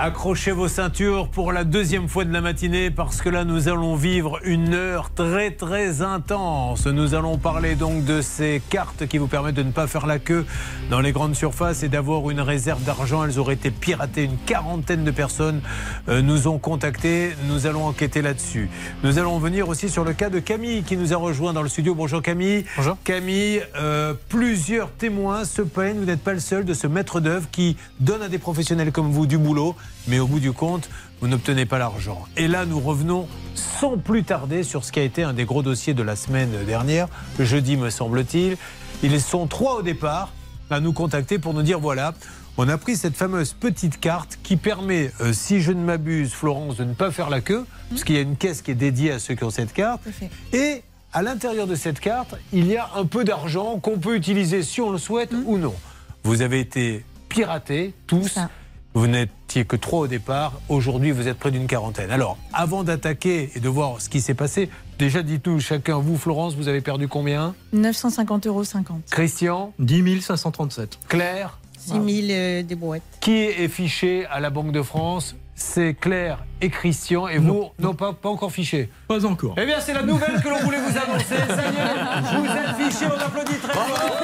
Accrochez vos ceintures pour la deuxième fois de la matinée parce que là nous allons vivre une heure très très intense. Nous allons parler donc de ces cartes qui vous permettent de ne pas faire la queue dans les grandes surfaces et d'avoir une réserve d'argent. Elles auraient été piratées. Une quarantaine de personnes nous ont contactés. Nous allons enquêter là-dessus. Nous allons venir aussi sur le cas de Camille qui nous a rejoint dans le studio. Bonjour Camille. Bonjour. Camille, plusieurs témoins se plaignent. Vous n'êtes pas le seul de ce maître d'œuvre qui donne à des professionnels comme vous du boulot. Mais au bout du compte, vous n'obtenez pas l'argent. Et là, nous revenons sans plus tarder sur ce qui a été un des gros dossiers de la semaine dernière, le jeudi me semble-t-il. Ils sont 3 au départ à nous contacter pour nous dire voilà, on a pris cette fameuse petite carte qui permet, si je ne m'abuse, Florence, de ne pas faire la queue, parce qu'il y a une caisse qui est dédiée à ceux qui ont cette carte. Et à l'intérieur de cette carte, il y a un peu d'argent qu'on peut utiliser si on le souhaite ou non. Vous avez été piratés tous. Vous n'étiez que 3 au départ. Aujourd'hui, vous êtes près d'une quarantaine. Alors, avant d'attaquer et de voir ce qui s'est passé, déjà dites-nous chacun, vous Florence, vous avez perdu combien ? 950,50 €. Christian ? 10 537. Claire ? 6 000 des brouettes. Qui est fiché à la Banque de France ? C'est Claire et Christian. Et vous, non pas encore fiché ? Pas encore. Eh bien, c'est la nouvelle que l'on voulait vous annoncer. Ça y est, vous êtes fiché. On applaudit très fort.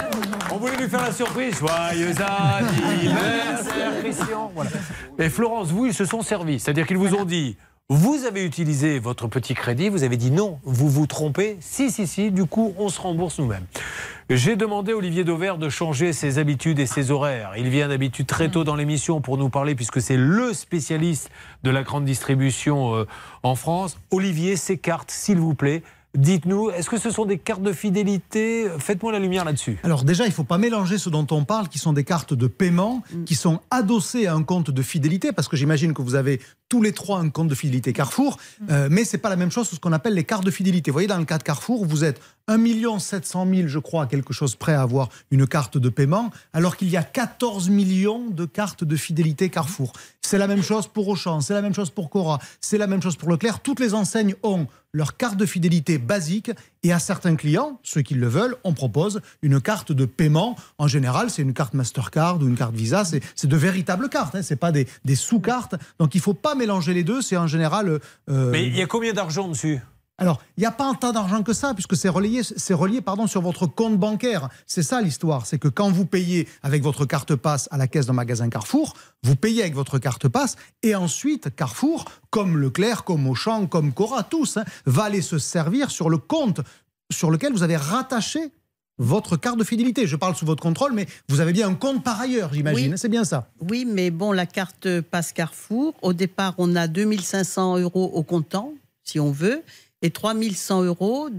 On voulait lui faire la surprise. Joyeux anniversaire, Christian. Voilà. Et Florence, vous, ils se sont servis. C'est-à-dire qu'ils vous ont dit, vous avez utilisé votre petit crédit. Vous avez dit non, vous vous trompez. Si. Du coup, on se rembourse nous-mêmes. J'ai demandé à Olivier Dauvert de changer ses habitudes et ses horaires. Il vient d'habitude très tôt dans l'émission pour nous parler puisque c'est le spécialiste de la grande distribution en France. Olivier, ces cartes, s'il vous plaît, dites-nous, est-ce que ce sont des cartes de fidélité ? Faites-moi la lumière là-dessus. Alors déjà, il ne faut pas mélanger ce dont on parle, qui sont des cartes de paiement, qui sont adossées à un compte de fidélité, parce que j'imagine que vous avez tous les 3 un compte de fidélité Carrefour, mais ce n'est pas la même chose que ce qu'on appelle les cartes de fidélité. Vous voyez, dans le cas de Carrefour, vous êtes 1 700 000, je crois, quelque chose près à avoir une carte de paiement, alors qu'il y a 14 millions de cartes de fidélité Carrefour. C'est la même chose pour Auchan, c'est la même chose pour Cora, c'est la même chose pour Leclerc. Toutes les enseignes ont leur carte de fidélité basique et à certains clients, ceux qui le veulent, on propose une carte de paiement. En général, c'est une carte Mastercard ou une carte Visa, c'est de véritables cartes, hein, c'est pas des sous-cartes. Donc il ne faut pas mélanger les deux, c'est en général... Mais il y a combien d'argent dessus ? Alors, il n'y a pas un tas d'argent que ça, puisque c'est relié sur votre compte bancaire. C'est ça l'histoire, c'est que quand vous payez avec votre carte passe à la caisse d'un magasin Carrefour, vous payez avec votre carte passe, et ensuite Carrefour, comme Leclerc, comme Auchan, comme Cora, tous, va aller se servir sur le compte sur lequel vous avez rattaché votre carte de fidélité. Je parle sous votre contrôle, mais vous avez bien un compte par ailleurs, j'imagine. Oui. C'est bien ça. Oui, mais bon, la carte passe Carrefour, au départ, on a 2 500 € au comptant, si on veut, et 3 100 €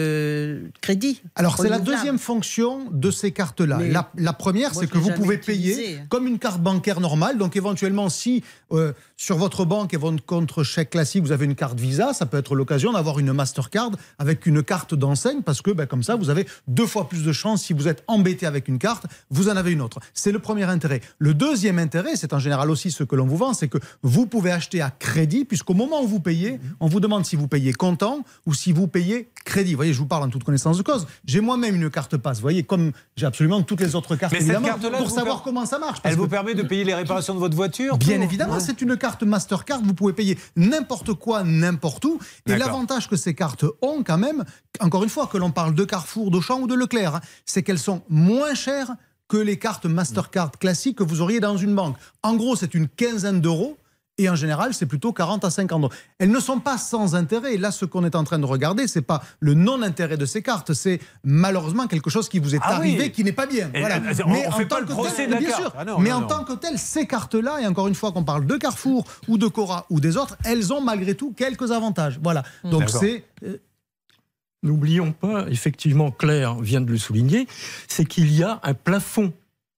de crédit. Alors, c'est la deuxième fonction de ces cartes-là. La première, c'est que vous pouvez payer comme une carte bancaire normale. Donc, éventuellement, si sur votre banque et votre compte chèque classique, vous avez une carte Visa, ça peut être l'occasion d'avoir une Mastercard avec une carte d'enseigne parce que, comme ça, vous avez 2 fois plus de chances. Si vous êtes embêté avec une carte, vous en avez une autre. C'est le premier intérêt. Le deuxième intérêt, c'est en général aussi ce que l'on vous vend, c'est que vous pouvez acheter à crédit, puisqu'au moment où vous payez, on vous demande si vous payez comptant ou si vous payez crédit. Vous voyez, je vous parle en toute connaissance de cause. J'ai moi-même une carte passe, vous voyez, comme j'ai absolument toutes les autres cartes, évidemment, pour savoir comment ça marche. Elle vous permet de payer les réparations de votre voiture ? Bien évidemment, c'est une carte Mastercard, vous pouvez payer n'importe quoi, n'importe où. Et l'avantage que ces cartes ont quand même, encore une fois, que l'on parle de Carrefour, d'Auchan ou de Leclerc, c'est qu'elles sont moins chères que les cartes Mastercard classiques que vous auriez dans une banque. En gros, c'est une quinzaine d'euros. Et en général, c'est plutôt 40 à 50 €. Elles ne sont pas sans intérêt. Et là, ce qu'on est en train de regarder, ce n'est pas le non-intérêt de ces cartes. C'est malheureusement quelque chose qui vous est arrivé qui n'est pas bien. Voilà. Mais on ne fait pas le procès de la carte. Mais en tant que tel, ces cartes-là, et encore une fois qu'on parle de Carrefour ou de Cora ou des autres, elles ont malgré tout quelques avantages. Voilà. Donc c'est... N'oublions pas, effectivement, Claire vient de le souligner, c'est qu'il y a un plafond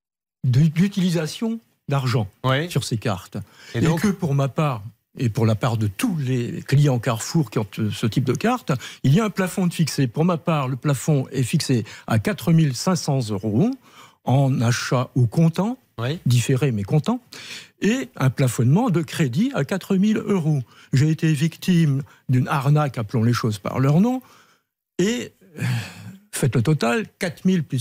d'utilisation d'argent sur ces cartes. Et donc, que pour ma part, et pour la part de tous les clients Carrefour qui ont ce type de carte, il y a un plafond fixé. Pour ma part, le plafond est fixé à 4 500 € en achat ou comptant, différé mais comptant, et un plafonnement de crédit à 4 000 €. J'ai été victime d'une arnaque, appelons les choses par leur nom, et faites le total, 4 000 plus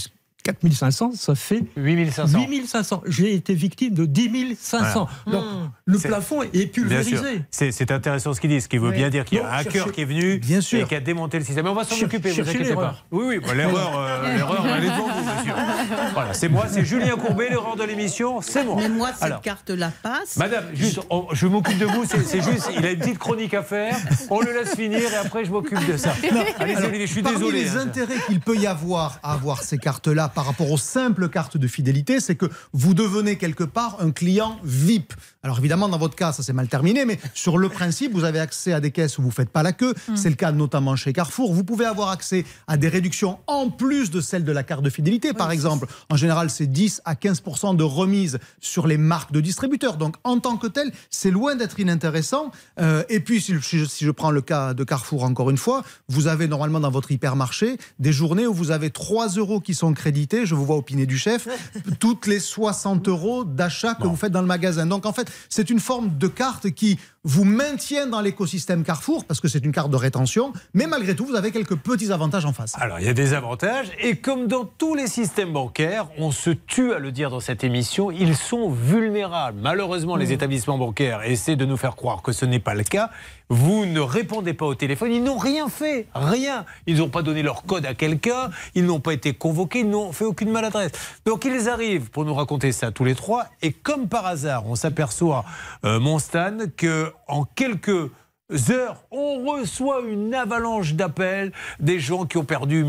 4500, ça fait 8500. 8500. J'ai été victime de 10 500. Voilà. Donc, le plafond est pulvérisé. C'est intéressant ce qu'il dit, ce qui veut bien dire qu'il y a un hacker qui est venu et qui a démonté le système. Mais on va s'en occuper, vous inquiétez pas. Oui, l'erreur, elle est devant vous, monsieur. Voilà, c'est moi, c'est Julien Courbet, l'erreur de l'émission, c'est moi. Mais moi, cette carte-là passe. Madame, juste, je m'occupe de vous, c'est juste, il a une petite chronique à faire, on le laisse finir et après je m'occupe de ça. Allez-y, Olivier, je suis désolé. Parmi les intérêts qu'il peut y avoir à avoir ces cartes-là par rapport aux simples cartes de fidélité, c'est que vous devenez quelque part un client VIP. Alors évidemment, dans votre cas, ça s'est mal terminé, mais sur le principe, vous avez accès à des caisses où vous ne faites pas la queue. C'est le cas notamment chez Carrefour. Vous pouvez avoir accès à des réductions en plus de celles de la carte de fidélité. Par exemple, en général, c'est 10 à 15% de remise sur les marques de distributeurs. Donc en tant que tel, c'est loin d'être inintéressant. Et puis, si je prends le cas de Carrefour, encore une fois, vous avez normalement dans votre hypermarché des journées où vous avez 3 € qui sont crédités, je vous vois opiner du chef, toutes les 60 € d'achat que vous faites dans le magasin. Donc en fait, c'est une forme de carte qui vous maintient dans l'écosystème Carrefour, parce que c'est une carte de rétention, mais malgré tout, vous avez quelques petits avantages en face. Alors, il y a des avantages, et comme dans tous les systèmes bancaires, on se tue à le dire dans cette émission, ils sont vulnérables. Malheureusement, les établissements bancaires essaient de nous faire croire que ce n'est pas le cas. Vous ne répondez pas au téléphone, ils n'ont rien fait, rien. Ils n'ont pas donné leur code à quelqu'un, ils n'ont pas été convoqués, ils n'ont fait aucune maladresse. Donc ils arrivent pour nous raconter ça tous les trois, et comme par hasard, on s'aperçoit, mon Stan, qu'en quelques heures, on reçoit une avalanche d'appels, des gens qui ont perdu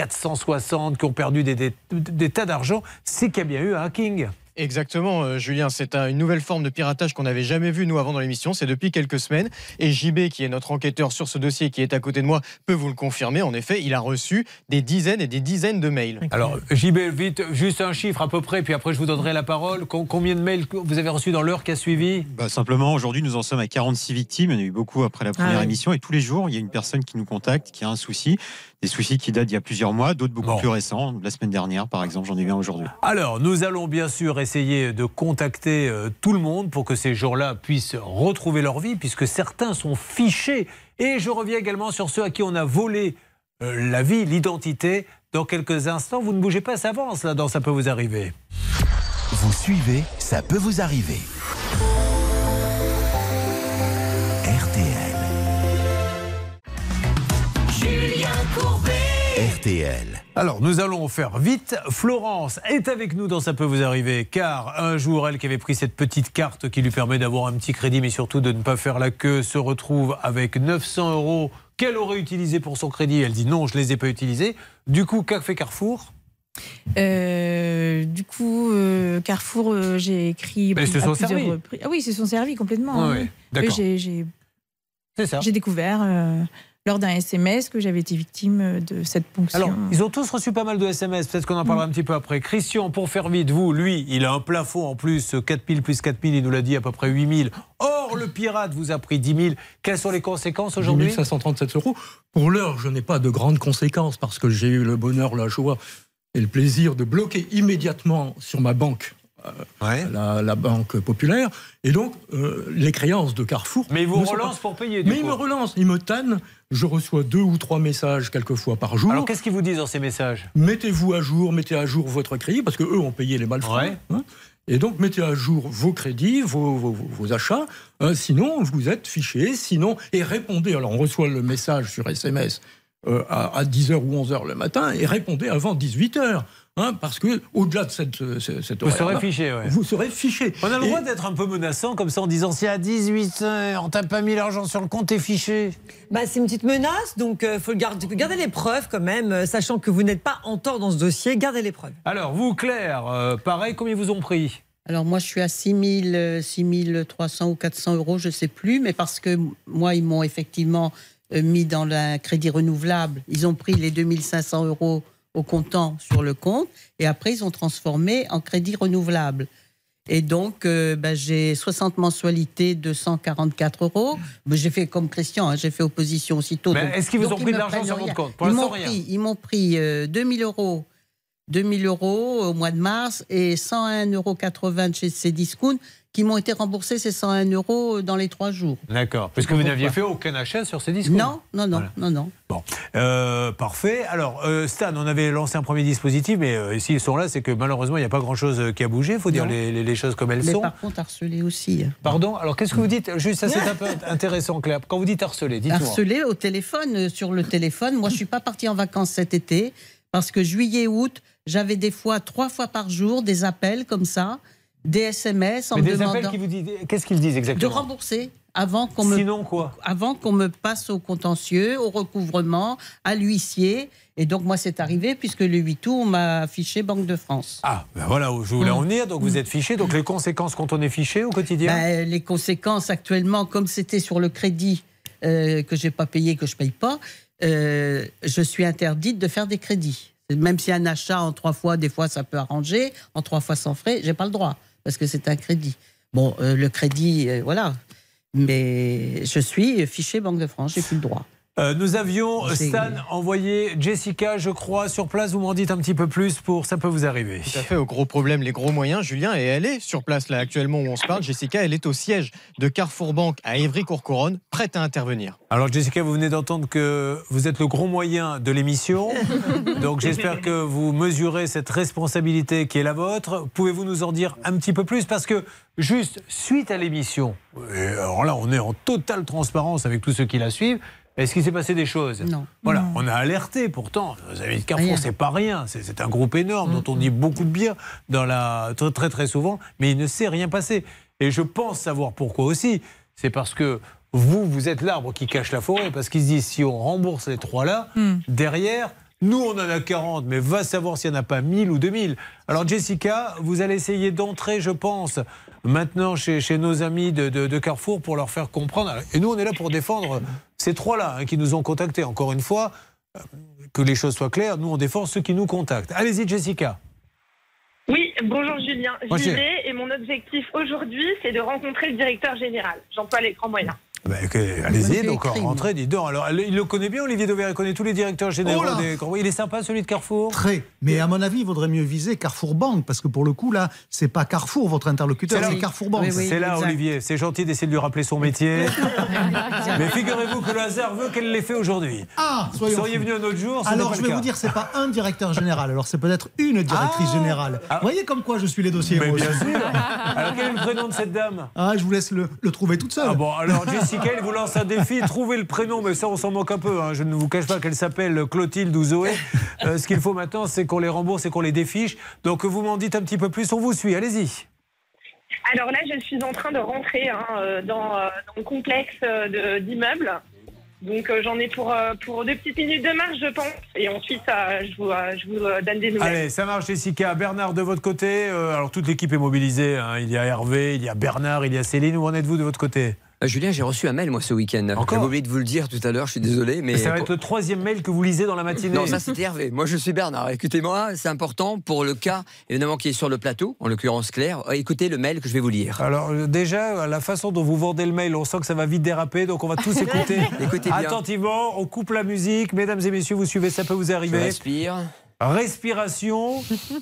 1460, qui ont perdu des tas d'argent. C'est qu'il y a bien eu un hacking. Exactement, Julien, c'est une nouvelle forme de piratage qu'on n'avait jamais vu nous avant dans l'émission, c'est depuis quelques semaines, et JB, qui est notre enquêteur sur ce dossier, qui est à côté de moi, peut vous le confirmer. En effet, il a reçu des dizaines et des dizaines de mails. Alors JB, vite, juste un chiffre à peu près, puis après je vous donnerai la parole. Combien de mails vous avez reçus dans l'heure qui a suivi? Simplement, aujourd'hui, nous en sommes à 46 victimes. Il y en a eu beaucoup après la première émission, et tous les jours, il y a une personne qui nous contacte, qui a un souci. Des soucis qui datent d'il y a plusieurs mois, d'autres beaucoup plus récents. La semaine dernière, par exemple, j'en ai eu un aujourd'hui. Alors, nous allons bien sûr essayer de contacter tout le monde pour que ces gens-là puissent retrouver leur vie, puisque certains sont fichés. Et je reviens également sur ceux à qui on a volé la vie, l'identité. Dans quelques instants, vous ne bougez pas, ça avance là dans Ça peut vous arriver. Vous suivez, ça peut vous arriver. RTL. Julien Courbet. RTL. Alors, nous allons faire vite. Florence est avec nous dans Ça peut vous arriver, car un jour, elle qui avait pris cette petite carte qui lui permet d'avoir un petit crédit, mais surtout de ne pas faire la queue, se retrouve avec 900 € qu'elle aurait utilisé pour son crédit. Elle dit non, je ne les ai pas utilisés. Du coup, qu'a fait Carrefour ? Carrefour, j'ai écrit à plusieurs reprises. Ah oui, ils se sont servis complètement. Oui. D'accord. C'est ça. J'ai découvert lors d'un SMS que j'avais été victime de cette ponction. Alors, ils ont tous reçu pas mal de SMS, peut-être qu'on en parlera un petit peu après. Christian, pour faire vite, lui, il a un plafond en plus, 4000 plus 4000, il nous l'a dit, à peu près 8000. Or, le pirate vous a pris 10 000. Quelles sont les conséquences aujourd'hui ? 10 537 €. Pour l'heure, je n'ai pas de grandes conséquences parce que j'ai eu le bonheur, la joie et le plaisir de bloquer immédiatement sur ma banque. La Banque Populaire, et donc les créances de Carrefour. Mais ils vous relancent pour payer. Mais ils me relancent, ils me tannent. Je reçois 2 ou 3 messages quelquefois par jour. Alors qu'est-ce qu'ils vous disent dans ces messages ? Mettez-vous à jour, mettez à jour votre crédit, parce qu'eux ont payé les malfrats. Et donc mettez à jour vos crédits, vos achats, sinon vous êtes fiché, et répondez. Alors on reçoit le message sur SMS à 10h ou 11h le matin, et répondez avant 18h. Parce que au-delà de cette vous serez fiché. Vous serez fiché. On a le droit d'être un peu menaçant comme ça en disant si à 18h on t'a pas mis l'argent sur le compte, t'es fiché. C'est une petite menace, donc faut garder les preuves quand même, sachant que vous n'êtes pas en tort dans ce dossier, gardez les preuves. Alors vous, Claire, pareil, combien ils vous ont pris ? Alors moi je suis à 6 300 ou 400 €, je ne sais plus, mais parce que moi ils m'ont effectivement mis dans le crédit renouvelable, ils ont pris les 2500 € au comptant sur le compte, et après ils ont transformé en crédit renouvelable. Et donc j'ai 60 mensualités de 144 €. J'ai fait comme Christian, j'ai fait opposition aussitôt. Est-ce qu'ils vous ont pris de l'argent sur votre compte ? Pour Ils m'ont pris 2000 € 2000 euros au mois de mars et 101,80 € chez Cdiscount qui m'ont été remboursés ces 101 € dans les 3 jours. D'accord. Parce que vous n'aviez fait aucun achat sur Cdiscount. Non. Bon, parfait. Alors, Stan, on avait lancé un premier dispositif, mais s'ils sont là, c'est que malheureusement, il n'y a pas grand-chose qui a bougé. Il faut dire les choses comme elles sont. Mais par contre, harcelé aussi. Pardon. Alors, qu'est-ce que vous dites? Juste, ça, c'est un peu intéressant, Claire. Quand vous dites harcelé, dites-moi. Harcelé au téléphone, sur le téléphone. Moi, je ne suis pas partie en vacances cet été parce que juillet, août, j'avais des fois 3 fois par jour des appels comme ça, des SMS en me demandant... Appels qui vous disent... Qu'est-ce qu'ils disent exactement? De rembourser. Avant qu'on me passe au contentieux, au recouvrement, à l'huissier. Et donc, moi, c'est arrivé, puisque le 8 août, on m'a affiché Banque de France. Ah, ben voilà où je voulais en venir. Donc, vous êtes fiché. Donc, les conséquences quand on est fiché au quotidien? Les conséquences, actuellement, comme c'était sur le crédit que je n'ai pas payé, que je ne paye pas, je suis interdite de faire des crédits. Même si un achat en 3 fois, des fois, ça peut arranger. En 3 fois sans frais, je n'ai pas le droit, parce que c'est un crédit. Bon, le crédit, voilà... Mais je suis fiché Banque de France, j'ai plus le droit. Nous avions, Stan, envoyé Jessica, je crois, sur place. Vous m'en dites un petit peu plus pour ça peut vous arriver. Tout à fait, au gros problème, les gros moyens, Julien, et elle est sur place là actuellement où on se parle. Jessica, elle est au siège de Carrefour Banque à Évry-Courcouronnes, prête à intervenir. Alors Jessica, vous venez d'entendre que vous êtes le gros moyen de l'émission. Donc j'espère que vous mesurez cette responsabilité qui est la vôtre. Pouvez-vous nous en dire un petit peu plus? Parce que juste suite à l'émission, alors là on est en totale transparence avec tous ceux qui la suivent. Est-ce qu'il s'est passé des choses? Non. Voilà, non. On a alerté pourtant. Vous avez dit Carrefour, c'est pas rien. C'est un groupe énorme dont on dit beaucoup de bien très très souvent, mais il ne s'est rien passé. Et je pense savoir pourquoi aussi. C'est parce que vous êtes l'arbre qui cache la forêt, parce qu'ils se disent si on rembourse les 3 là, derrière, nous on en a 40, mais va savoir s'il n'y en a pas 1000 ou 2000. Alors Jessica, vous allez essayer d'entrer, je pense, maintenant chez nos amis de Carrefour pour leur faire comprendre. Et nous on est là pour défendre ces 3 là qui nous ont contactés. Encore une fois, que les choses soient claires, nous on défend ceux qui nous contactent. Allez-y Jessica. Oui, bonjour Julien. J'y vais et mon objectif aujourd'hui, c'est de rencontrer le directeur général. J'emploie les grands moyens. Allez-y, donc rentrez, dites donc. Alors, il le connaît bien, Olivier Dauvert, il connaît tous les directeurs généraux. Il est sympa, celui de Carrefour? Très. Mais à mon avis, il vaudrait mieux viser Carrefour Banque, parce que pour le coup, là, c'est pas Carrefour votre interlocuteur, c'est Carrefour Banque. Oui, c'est là, exact. Olivier. C'est gentil d'essayer de lui rappeler son métier. Mais figurez-vous que le hasard veut qu'elle l'ait fait aujourd'hui. Ah, vous seriez venu un autre jour. Alors, je vais vous dire, c'est pas un directeur général, alors c'est peut-être une directrice générale. Vous voyez comme quoi je suis les dossiers. Mais bien sûr. Alors, quel est le prénom de cette dame? Je vous laisse le trouver toute seule. Ah bon, alors Jessica, elle vous lance un défi, trouvez le prénom, mais ça on s'en moque un peu, hein. Je ne vous cache pas qu'elle s'appelle Clotilde ou Zoé. Ce qu'il faut maintenant, c'est qu'on les rembourse et qu'on les défiche. Donc vous m'en dites un petit peu plus, on vous suit, allez-y. Alors là, je suis en train de rentrer dans le complexe d'immeubles. Donc j'en ai pour 2 petites minutes de marche, je pense. Et ensuite, je vous donne des nouvelles. Allez, ça marche, Jessica. Bernard, de votre côté, alors toute l'équipe est mobilisée, hein. Il y a Hervé, il y a Bernard, il y a Céline. Où en êtes-vous de votre côté? Julien, j'ai reçu un mail moi ce week-end. J'avais oublié de vous le dire tout à l'heure, je suis désolé. Mais ça va être le 3e mail que vous lisez dans la matinée. Non, ça c'était Hervé. Moi je suis Bernard. Écoutez-moi, c'est important pour le cas évidemment qui est sur le plateau, en l'occurrence Claire. Écoutez le mail que je vais vous lire. Alors déjà, la façon dont vous vendez le mail, on sent que ça va vite déraper, donc on va tous écouter. Écoutez bien. Attentivement, on coupe la musique. Mesdames et messieurs, vous suivez, ça peut vous arriver. Je respire. Respiration.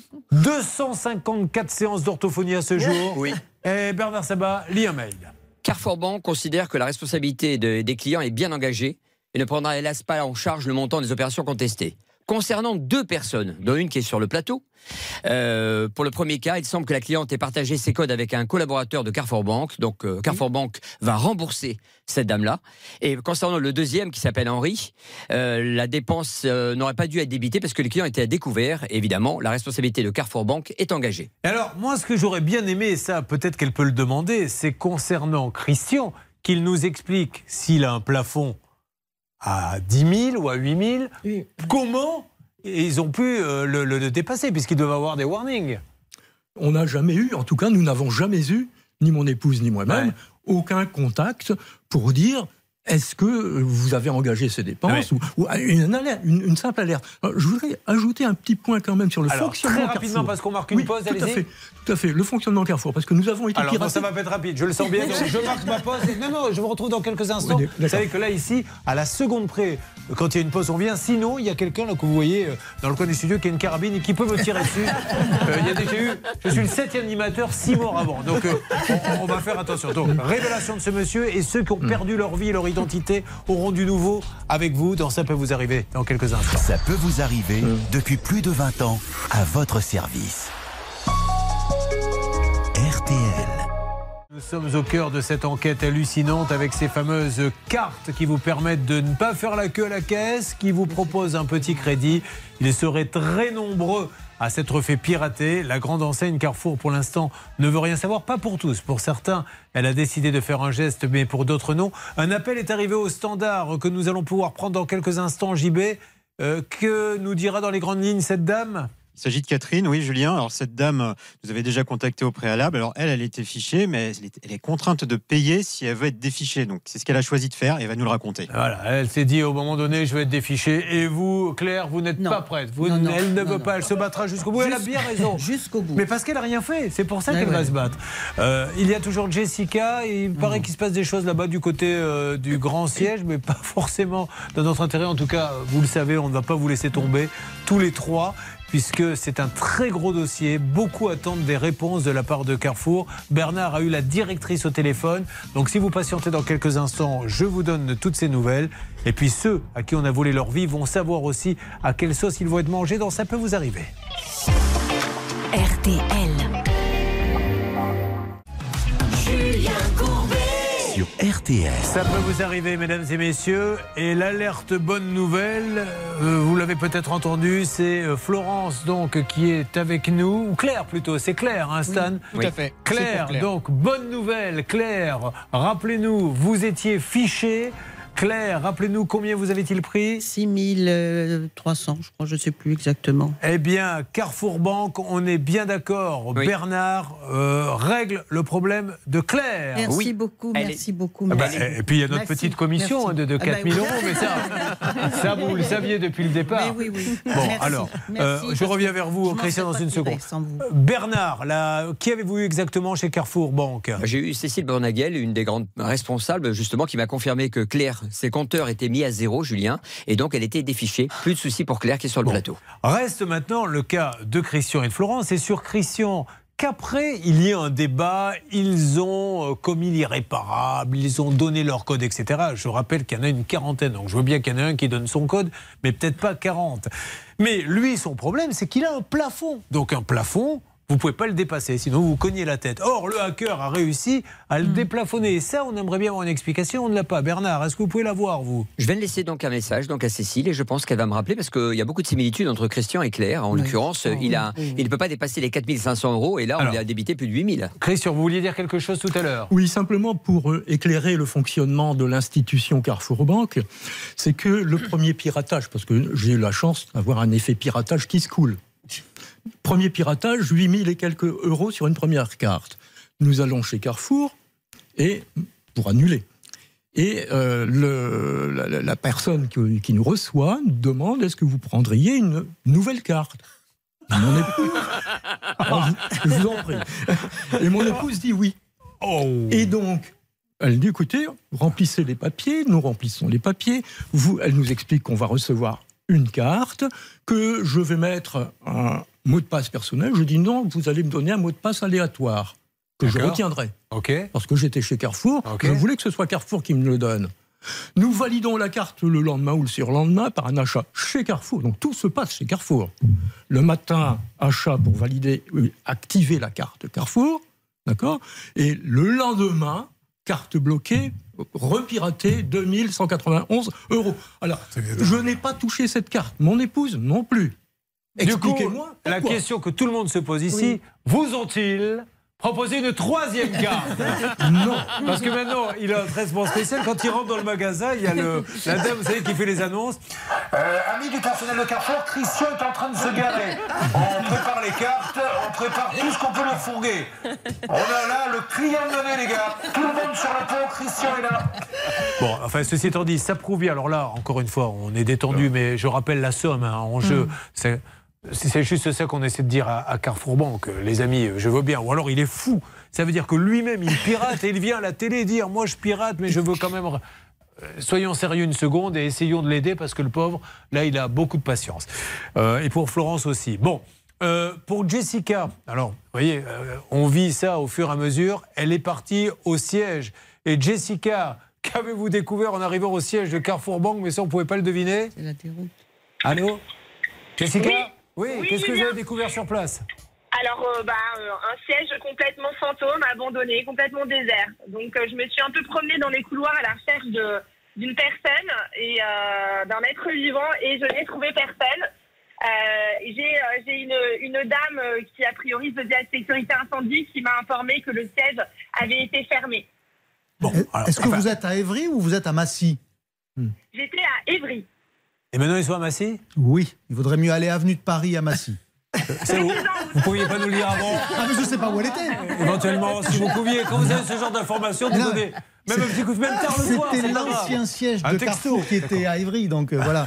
254 séances d'orthophonie à ce jour. Oui. Et Bernard Sabat lit un mail. Carrefour Banque considère que la responsabilité des clients est bien engagée et ne prendra hélas pas en charge le montant des opérations contestées. Concernant 2 personnes, dont une qui est sur le plateau, pour le premier cas, il semble que la cliente ait partagé ses codes avec un collaborateur de Carrefour Banque. Donc Carrefour Banque va rembourser cette dame-là. Et concernant le deuxième qui s'appelle Henri, la dépense n'aurait pas dû être débitée parce que le client était à découvert. Évidemment, la responsabilité de Carrefour Banque est engagée. Alors moi, ce que j'aurais bien aimé, et ça peut-être qu'elle peut le demander, c'est concernant Christian, qu'il nous explique s'il a un plafond à 10 000 ou à 8 000, oui. Comment ils ont pu le dépasser, puisqu'ils doivent avoir des warnings. On n'a jamais eu, en tout cas, nous n'avons jamais eu, ni mon épouse ni moi-même, aucun contact pour dire est-ce que vous avez engagé ces dépenses ou une simple alerte. Alors, je voudrais ajouter un petit point quand même sur le fonctionnement très rapidement, Carrefour. Parce qu'on marque une pause, allez-y. Tout à fait, le fonctionnement Carrefour, parce que nous avons été piratés. Ça va pas être rapide, je le sens bien. Donc je marque ma pause. Non, je vous retrouve dans quelques instants. Vous savez que là, ici, à la seconde près quand il y a une pause, on vient. Sinon, il y a quelqu'un là que vous voyez dans le coin du studio qui a une carabine et qui peut me tirer dessus. Il y a déjà eu, je suis le 7e animateur, 6 morts avant. Donc on va faire attention. Donc révélation de ce monsieur, et ceux qui ont perdu leur vie et leur identité auront du nouveau avec vous dans Ça peut vous arriver dans quelques instants. Ça peut vous arriver depuis plus de 20 ans à votre service. RTL. Nous sommes au cœur de cette enquête hallucinante avec ces fameuses cartes qui vous permettent de ne pas faire la queue à la caisse, qui vous proposent un petit crédit. Ils seraient très nombreux à s'être fait pirater. La grande enseigne Carrefour, pour l'instant, ne veut rien savoir. Pas pour tous. Pour certains, elle a décidé de faire un geste, mais pour d'autres, non. Un appel est arrivé au standard que nous allons pouvoir prendre dans quelques instants, JB. Que nous dira dans les grandes lignes cette dame ? Il s'agit de Catherine, oui Julien. Alors cette dame, nous avait déjà contacté au préalable. Alors elle était fichée, mais elle est contrainte de payer si elle veut être défichée. Donc c'est ce qu'elle a choisi de faire et elle va nous le raconter. Voilà, elle s'est dit au moment donné, je vais être défichée. Et vous, Claire, vous n'êtes pas prête. Elle ne veut pas, elle se battra jusqu'au bout. Elle a bien raison. Jusqu'au bout. Mais parce qu'elle n'a rien fait. C'est pour ça qu'elle va se battre. Il y a toujours Jessica. Et il paraît qu'il se passe des choses là-bas du côté du grand siège, mais pas forcément dans notre intérêt. En tout cas, vous le savez, on ne va pas vous laisser tomber tous les trois, puisque c'est un très gros dossier. Beaucoup attendent des réponses de la part de Carrefour. Bernard a eu la directrice au téléphone. Donc si vous patientez dans quelques instants, je vous donne toutes ces nouvelles. Et puis ceux à qui on a volé leur vie vont savoir aussi à quelle sauce ils vont être mangés. Donc ça peut vous arriver. RTL. Julien Courbet. Sur RTL. Ça peut vous arriver, mesdames et messieurs. Et l'alerte bonne nouvelle, vous l'avez peut-être entendu, c'est Florence donc qui est avec nous. Ou Claire plutôt, c'est Claire, hein, Stan? Oui, tout à fait. Claire, donc bonne nouvelle. Claire, rappelez-nous, vous étiez fichée. Claire, rappelez-nous combien vous avait-il pris? 6 300, je crois, je ne sais plus exactement. Eh bien, Carrefour Banque, on est bien d'accord. Oui. Bernard règle le problème de Claire. Merci beaucoup, merci beaucoup. Et puis il y a notre petite commission de 4 000 euros, mais ça vous le saviez depuis le départ. Mais oui. Bon, merci, alors, je reviens vers vous, Christian, dans une seconde. Bernard, qui avez-vous eu exactement chez Carrefour Banque? J'ai eu Cécile Bornaguel, une des grandes responsables, justement, qui m'a confirmé que Claire, ses compteurs étaient mis à zéro, Julien, et donc elle était défichée. Plus de soucis pour Claire qui est sur le plateau. Reste maintenant le cas de Christian et de Florence. Et sur Christian, qu'après il y ait un débat, ils ont commis l'irréparable, ils ont donné leur code, etc. Je rappelle qu'il y en a une quarantaine, donc je veux bien qu'il y en ait un qui donne son code, mais peut-être pas 40. Mais lui, son problème, c'est qu'il a un plafond. Donc un plafond, vous ne pouvez pas le dépasser, sinon vous cognez la tête. Or, le hacker a réussi à le déplafonner. Et ça, on aimerait bien avoir une explication, on ne l'a pas. Bernard, est-ce que vous pouvez l'avoir, vous? Je vais laisser donc un message à Cécile, et je pense qu'elle va me rappeler, parce qu'il y a beaucoup de similitudes entre Christian et Claire. En l'occurrence, il ne peut pas dépasser les 4 500 euros, et là, on lui a débité plus de 8 000. Christian, vous vouliez dire quelque chose tout à l'heure? Oui, simplement pour éclairer le fonctionnement de l'institution Carrefour Banque, c'est que le premier piratage, parce que j'ai eu la chance d'avoir un effet piratage qui se coule. Premier piratage, 8 000 et quelques euros sur une première carte. Nous allons chez Carrefour pour annuler. Et la personne qui nous reçoit nous demande: est-ce que vous prendriez une nouvelle carte? Mon épouse, je vous en prie. Et mon épouse dit oui. Et donc, elle dit: écoutez, remplissez les papiers, nous remplissons les papiers. Elle nous explique qu'on va recevoir une carte, que je vais mettre un mot de passe personnel. Je dis non, vous allez me donner un mot de passe aléatoire que je retiendrai. Parce que j'étais chez Carrefour, je voulais que ce soit Carrefour qui me le donne. Nous validons la carte le lendemain ou le surlendemain par un achat chez Carrefour. Donc tout se passe chez Carrefour. Le matin, achat pour activer la carte Carrefour, d'accord. Et le lendemain, carte bloquée, repiratée, 2191 euros. Alors, je n'ai pas touché cette carte. Mon épouse non plus. Expliquez-moi. La question que tout le monde se pose ici, vous ont-ils proposé une troisième carte? Non. Parce que maintenant, il a un traitement spécial. Quand il rentre dans le magasin, il y a la dame, vous savez, qui fait les annonces. Amis du personnel de Carrefour, Christian est en train de se garer. On prépare les cartes, on prépare tout ce qu'on peut leur fourguer. On a là le client donné, les gars. Tout le monde sur le pont, Christian est là. Bon, enfin, ceci étant dit, ça prouve bien. Alors là, encore une fois, on est détendu, mais je rappelle la somme en jeu. C'est juste ça qu'on essaie de dire à Carrefour Banque, les amis, je veux bien. Ou alors il est fou. Ça veut dire que lui-même, il pirate et il vient à la télé dire: moi je pirate, mais je veux quand même soyons sérieux une seconde et essayons de l'aider parce que le pauvre, là, il a beaucoup de patience. Et pour Florence aussi. Bon, pour Jessica, alors, vous voyez, on vit ça au fur et à mesure. Elle est partie au siège. Et Jessica, qu'avez-vous découvert en arrivant au siège de Carrefour Banque? Mais ça, on ne pouvait pas le deviner. C'est la déroute. Allô Jessica? Oui, Oui, qu'est-ce que vous Julien. avez découvert sur place? Alors, un siège complètement fantôme, abandonné, complètement désert. Donc, je me suis un peu promenée dans les couloirs à la recherche d'une personne et d'un être vivant et je n'ai trouvé personne. J'ai une dame qui, a priori, faisait la sécurité incendie qui m'a informé que le siège avait été fermé. Bon, Est-ce que vous êtes à Évry ou vous êtes à Massy? J'étais à Évry. Et maintenant, ils sont à Massy? Oui, il vaudrait mieux aller avenue de Paris à Massy. C'est où? Vous ne pouviez pas nous le dire avant? Ah, mais je ne sais pas où elle était. Éventuellement, si vous pouviez, quand vous avez ce genre d'informations, vous donnez même un petit coup de même tard le soir. C'était l'ancien siège de Carrefour qui était à Évry, donc voilà.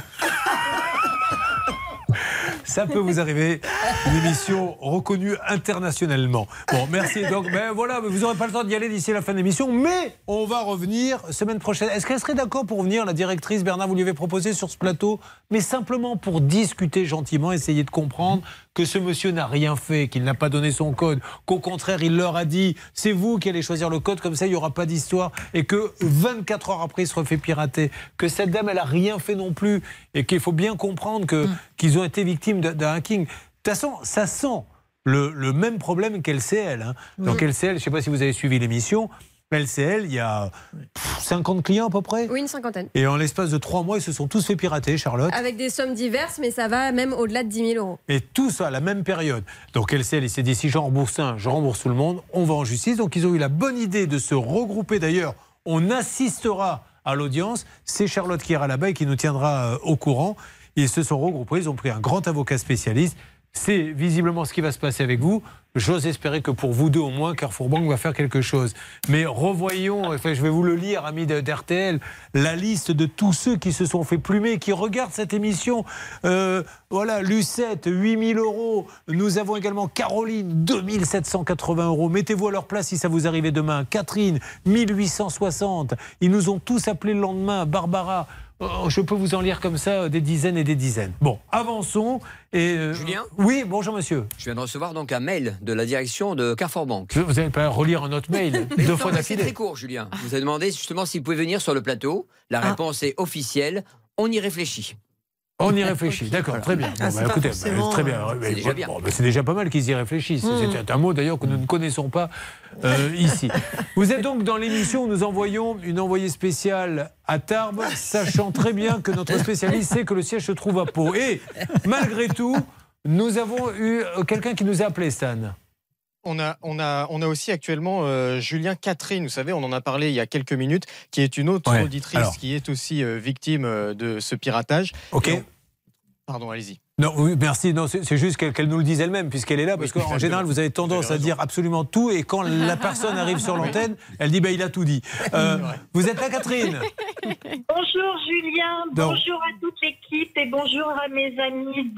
Ça peut vous arriver, une émission reconnue internationalement. Bon, merci. Donc, voilà, vous n'aurez pas le temps d'y aller d'ici la fin de l'émission, mais on va revenir semaine prochaine. Est-ce qu'elle serait d'accord pour venir, la directrice Bernard, vous lui avez proposé sur ce plateau, mais simplement pour discuter gentiment, essayer de comprendre que ce monsieur n'a rien fait, qu'il n'a pas donné son code, qu'au contraire, il leur a dit, c'est vous qui allez choisir le code, comme ça, il n'y aura pas d'histoire, et que 24 heures après, il se refait pirater, que cette dame, elle n'a rien fait non plus, et qu'il faut bien comprendre qu'ils ont été victimes d'un hacking. De toute façon, ça sent le même problème qu'LCL. Hein. Donc LCL, je ne sais pas si vous avez suivi l'émission, LCL, il y a 50 clients à peu près. Oui, une cinquantaine. Et en l'espace de 3 mois, ils se sont tous fait pirater, Charlotte. Avec des sommes diverses, mais ça va même au-delà de 10 000 euros. Et tout ça à la même période. Donc LCL, il s'est dit, si j'en rembourse un, je rembourse tout le monde, on va en justice. Donc ils ont eu la bonne idée de se regrouper. D'ailleurs, on assistera à l'audience. C'est Charlotte qui ira là-bas et qui nous tiendra au courant. Ils se sont regroupés, ils ont pris un grand avocat spécialiste. C'est visiblement ce qui va se passer avec vous. J'ose espérer que pour vous deux au moins, Carrefour Banque va faire quelque chose. Mais revoyons, enfin, je vais vous le lire, amis d'RTL, la liste de tous ceux qui se sont fait plumer, qui regardent cette émission. Voilà, Lucette, 8 000 euros. Nous avons également Caroline, 2 780 euros. Mettez-vous à leur place si ça vous arrivait demain. Catherine, 1 860. Ils nous ont tous appelés le lendemain. Barbara. Je peux vous en lire comme ça des dizaines et des dizaines. Bon, avançons. Et Julien ? Oui, bonjour monsieur. Je viens de recevoir donc un mail de la direction de Carrefour Banque. Vous n'allez pas relire un autre mail deux fois d'affilée. C'est très court, Julien. Vous avez demandé justement s'il pouvait venir sur le plateau. La réponse est officielle. On y réfléchit. On y réfléchit, d'accord, voilà. Très bien. Bon, écoutez, très bien. C'est déjà bien. Bon, c'est déjà pas mal qu'ils y réfléchissent. C'est un mot d'ailleurs que nous ne connaissons pas ici. Vous êtes donc dans l'émission où nous envoyons une envoyée spéciale à Tarbes, sachant très bien que notre spécialiste sait que le siège se trouve à Pau. Et malgré tout, nous avons eu quelqu'un qui nous a appelé, Stan. On a aussi actuellement Julien Catherine, vous savez, on en a parlé il y a quelques minutes, qui est une autre auditrice qui est aussi victime de ce piratage. Ok. Pardon, allez-y. Non, oui, merci. Non, c'est juste qu'elle nous le dise elle-même, puisqu'elle est là, parce qu'en général, vous avez tendance à dire absolument tout, et quand la personne arrive sur l'antenne, elle dit il a tout dit. Vous êtes là, Catherine? Bonjour Julien, bonjour à toute l'équipe et bonjour à mes amis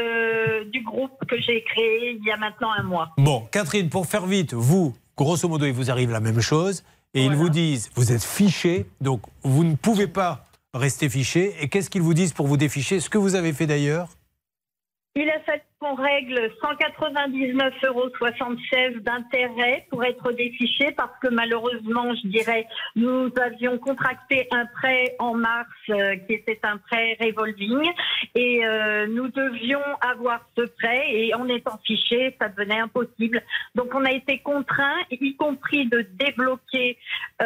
du groupe que j'ai créé il y a maintenant un mois. Bon, Catherine, pour faire vite, vous, grosso modo, il vous arrive la même chose, et ils vous disent, vous êtes fiché, donc vous ne pouvez pas rester fiché. Et qu'est-ce qu'ils vous disent pour vous déficher? Ce que vous avez fait d'ailleurs? Il a fallu qu'on règle 199,76 € d'intérêt pour être défiché parce que malheureusement, je dirais, nous avions contracté un prêt en mars qui était un prêt revolving et nous devions avoir ce prêt et en étant fiché, ça devenait impossible. Donc on a été contraints, y compris de débloquer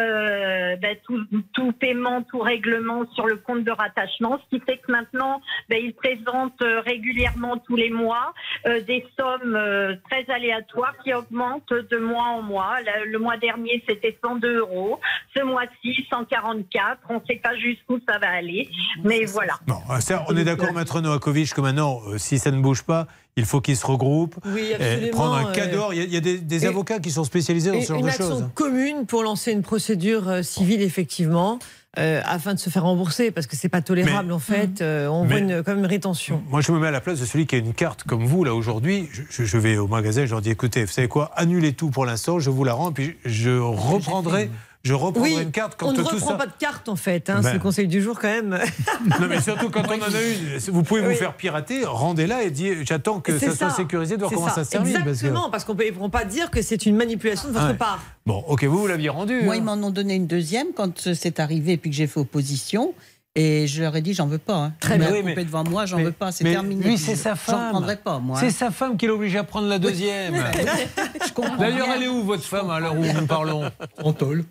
tout paiement, tout règlement sur le compte de rattachement, ce qui fait que maintenant, ils présentent régulièrement tous les mois des sommes très aléatoires qui augmentent de mois en mois. Le mois dernier, c'était 102 €. Ce mois-ci, 144. On ne sait pas jusqu'où ça va aller. Mais voilà. Bon, ça, on est d'accord, Maître Novakovic, que maintenant, si ça ne bouge pas, il faut qu'ils se regroupent, prendre un cadre. Il y a des avocats qui sont spécialisés dans ce genre de choses. Une action commune pour lancer une procédure civile, effectivement. Afin de se faire rembourser, parce que c'est pas tolérable en fait, on voit quand même une rétention. Moi je me mets à la place de celui qui a une carte comme vous là aujourd'hui, je vais au magasin, je leur dis écoutez, vous savez quoi, annulez tout pour l'instant, je vous la rends, puis je reprendrai je reprendrai une carte quand on ne tout reprend ça... pas de carte en fait, c'est le conseil du jour quand même. Non mais surtout quand on en a une, vous pouvez vous faire pirater, rendez-la et dites j'attends que ça soit sécurisé, de voir comment ça se termine. Exactement, parce qu'on ne pourra pas dire que c'est une manipulation de votre part. Bon, ok, vous l'aviez rendu. Moi, ils m'en ont donné une deuxième quand c'est arrivé et puis que j'ai fait opposition. Et je leur ai dit, j'en veux pas. Très bien. Oui, mais devant moi, j'en veux pas, c'est terminé. Lui, c'est sa femme. J'en prendrai pas, moi. C'est sa femme qui l'oblige à prendre la deuxième. D'ailleurs, elle est où, votre femme, à l'heure où nous parlons? En tôle.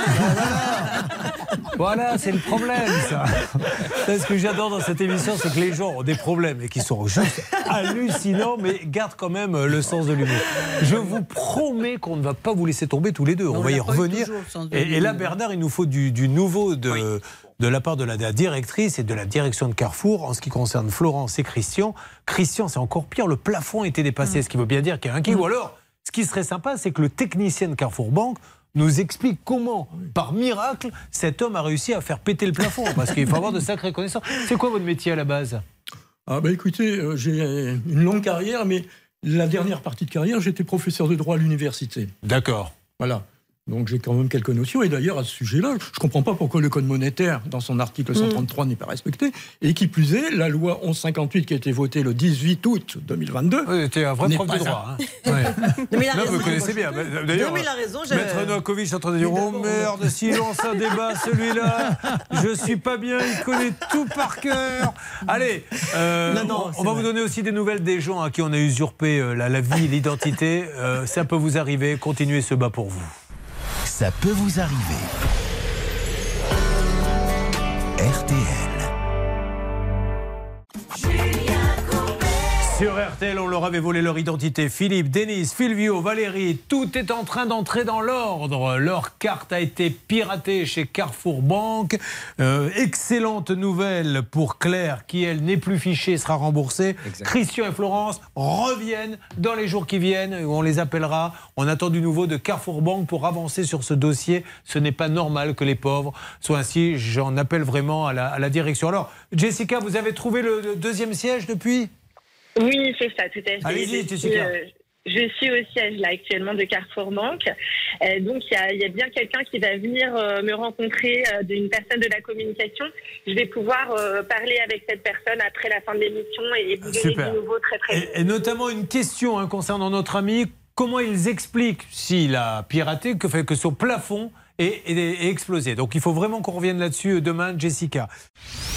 Voilà, c'est le problème, ça. Ce que j'adore dans cette émission, c'est que les gens ont des problèmes et qui sont juste hallucinants, mais gardent quand même le sens de l'humour. Je vous promets qu'on ne va pas vous laisser tomber tous les deux. On va y revenir. Et là, Bernard, il nous faut du nouveau de la part de la directrice et de la direction de Carrefour en ce qui concerne Florence et Christian. Christian, c'est encore pire, le plafond a été dépassé, ce qui veut bien dire qu'il y a un qui. Ou alors, ce qui serait sympa, c'est que le technicien de Carrefour Banque nous explique comment, par miracle, cet homme a réussi à faire péter le plafond. Parce qu'il faut avoir de sacrées connaissances. C'est quoi votre métier à la base? Écoutez, j'ai une longue carrière, mais la dernière partie de carrière, j'étais professeur de droit à l'université. D'accord. Voilà. Donc j'ai quand même quelques notions. Et d'ailleurs, à ce sujet-là, je ne comprends pas pourquoi le Code monétaire, dans son article 133, n'est pas respecté. Et qui plus est, la loi 1158 qui a été votée le 18 août 2022... Oui, c'était un vrai prof de droit. Vous connaissez bien. D'ailleurs, Maître Novakovic est en train de dire « Oh merde, s'il lance un débat, celui-là, je ne suis pas bien, il connaît tout par cœur. » Allez, on va vous donner aussi des nouvelles des gens à qui on a usurpé la vie et l'identité. Ça peut vous arriver. Continuez ce bas pour vous. Ça peut vous arriver. RTL. Sur RTL, on leur avait volé leur identité. Philippe, Denise, Fulvio, Valérie, tout est en train d'entrer dans l'ordre. Leur carte a été piratée chez Carrefour Banque. Excellente nouvelle pour Claire, qui elle n'est plus fichée, sera remboursée. Exact. Christian et Florence reviennent dans les jours qui viennent. On les appellera. On attend du nouveau de Carrefour Banque pour avancer sur ce dossier. Ce n'est pas normal que les pauvres soient ainsi. J'en appelle vraiment à la direction. Alors, Jessica, vous avez trouvé le deuxième siège depuis ? Oui, c'est ça, tout à fait. Allez-y, Jessica. Je suis au siège là actuellement de Carrefour Banque. Donc il y a bien quelqu'un qui va venir me rencontrer, d'une personne de la communication. Je vais pouvoir parler avec cette personne après la fin de l'émission et vous donner du nouveau très vite. Et notamment une question concernant notre ami. Comment ils expliquent s'il a piraté, que son plafond est explosé. Donc il faut vraiment qu'on revienne là-dessus demain, Jessica.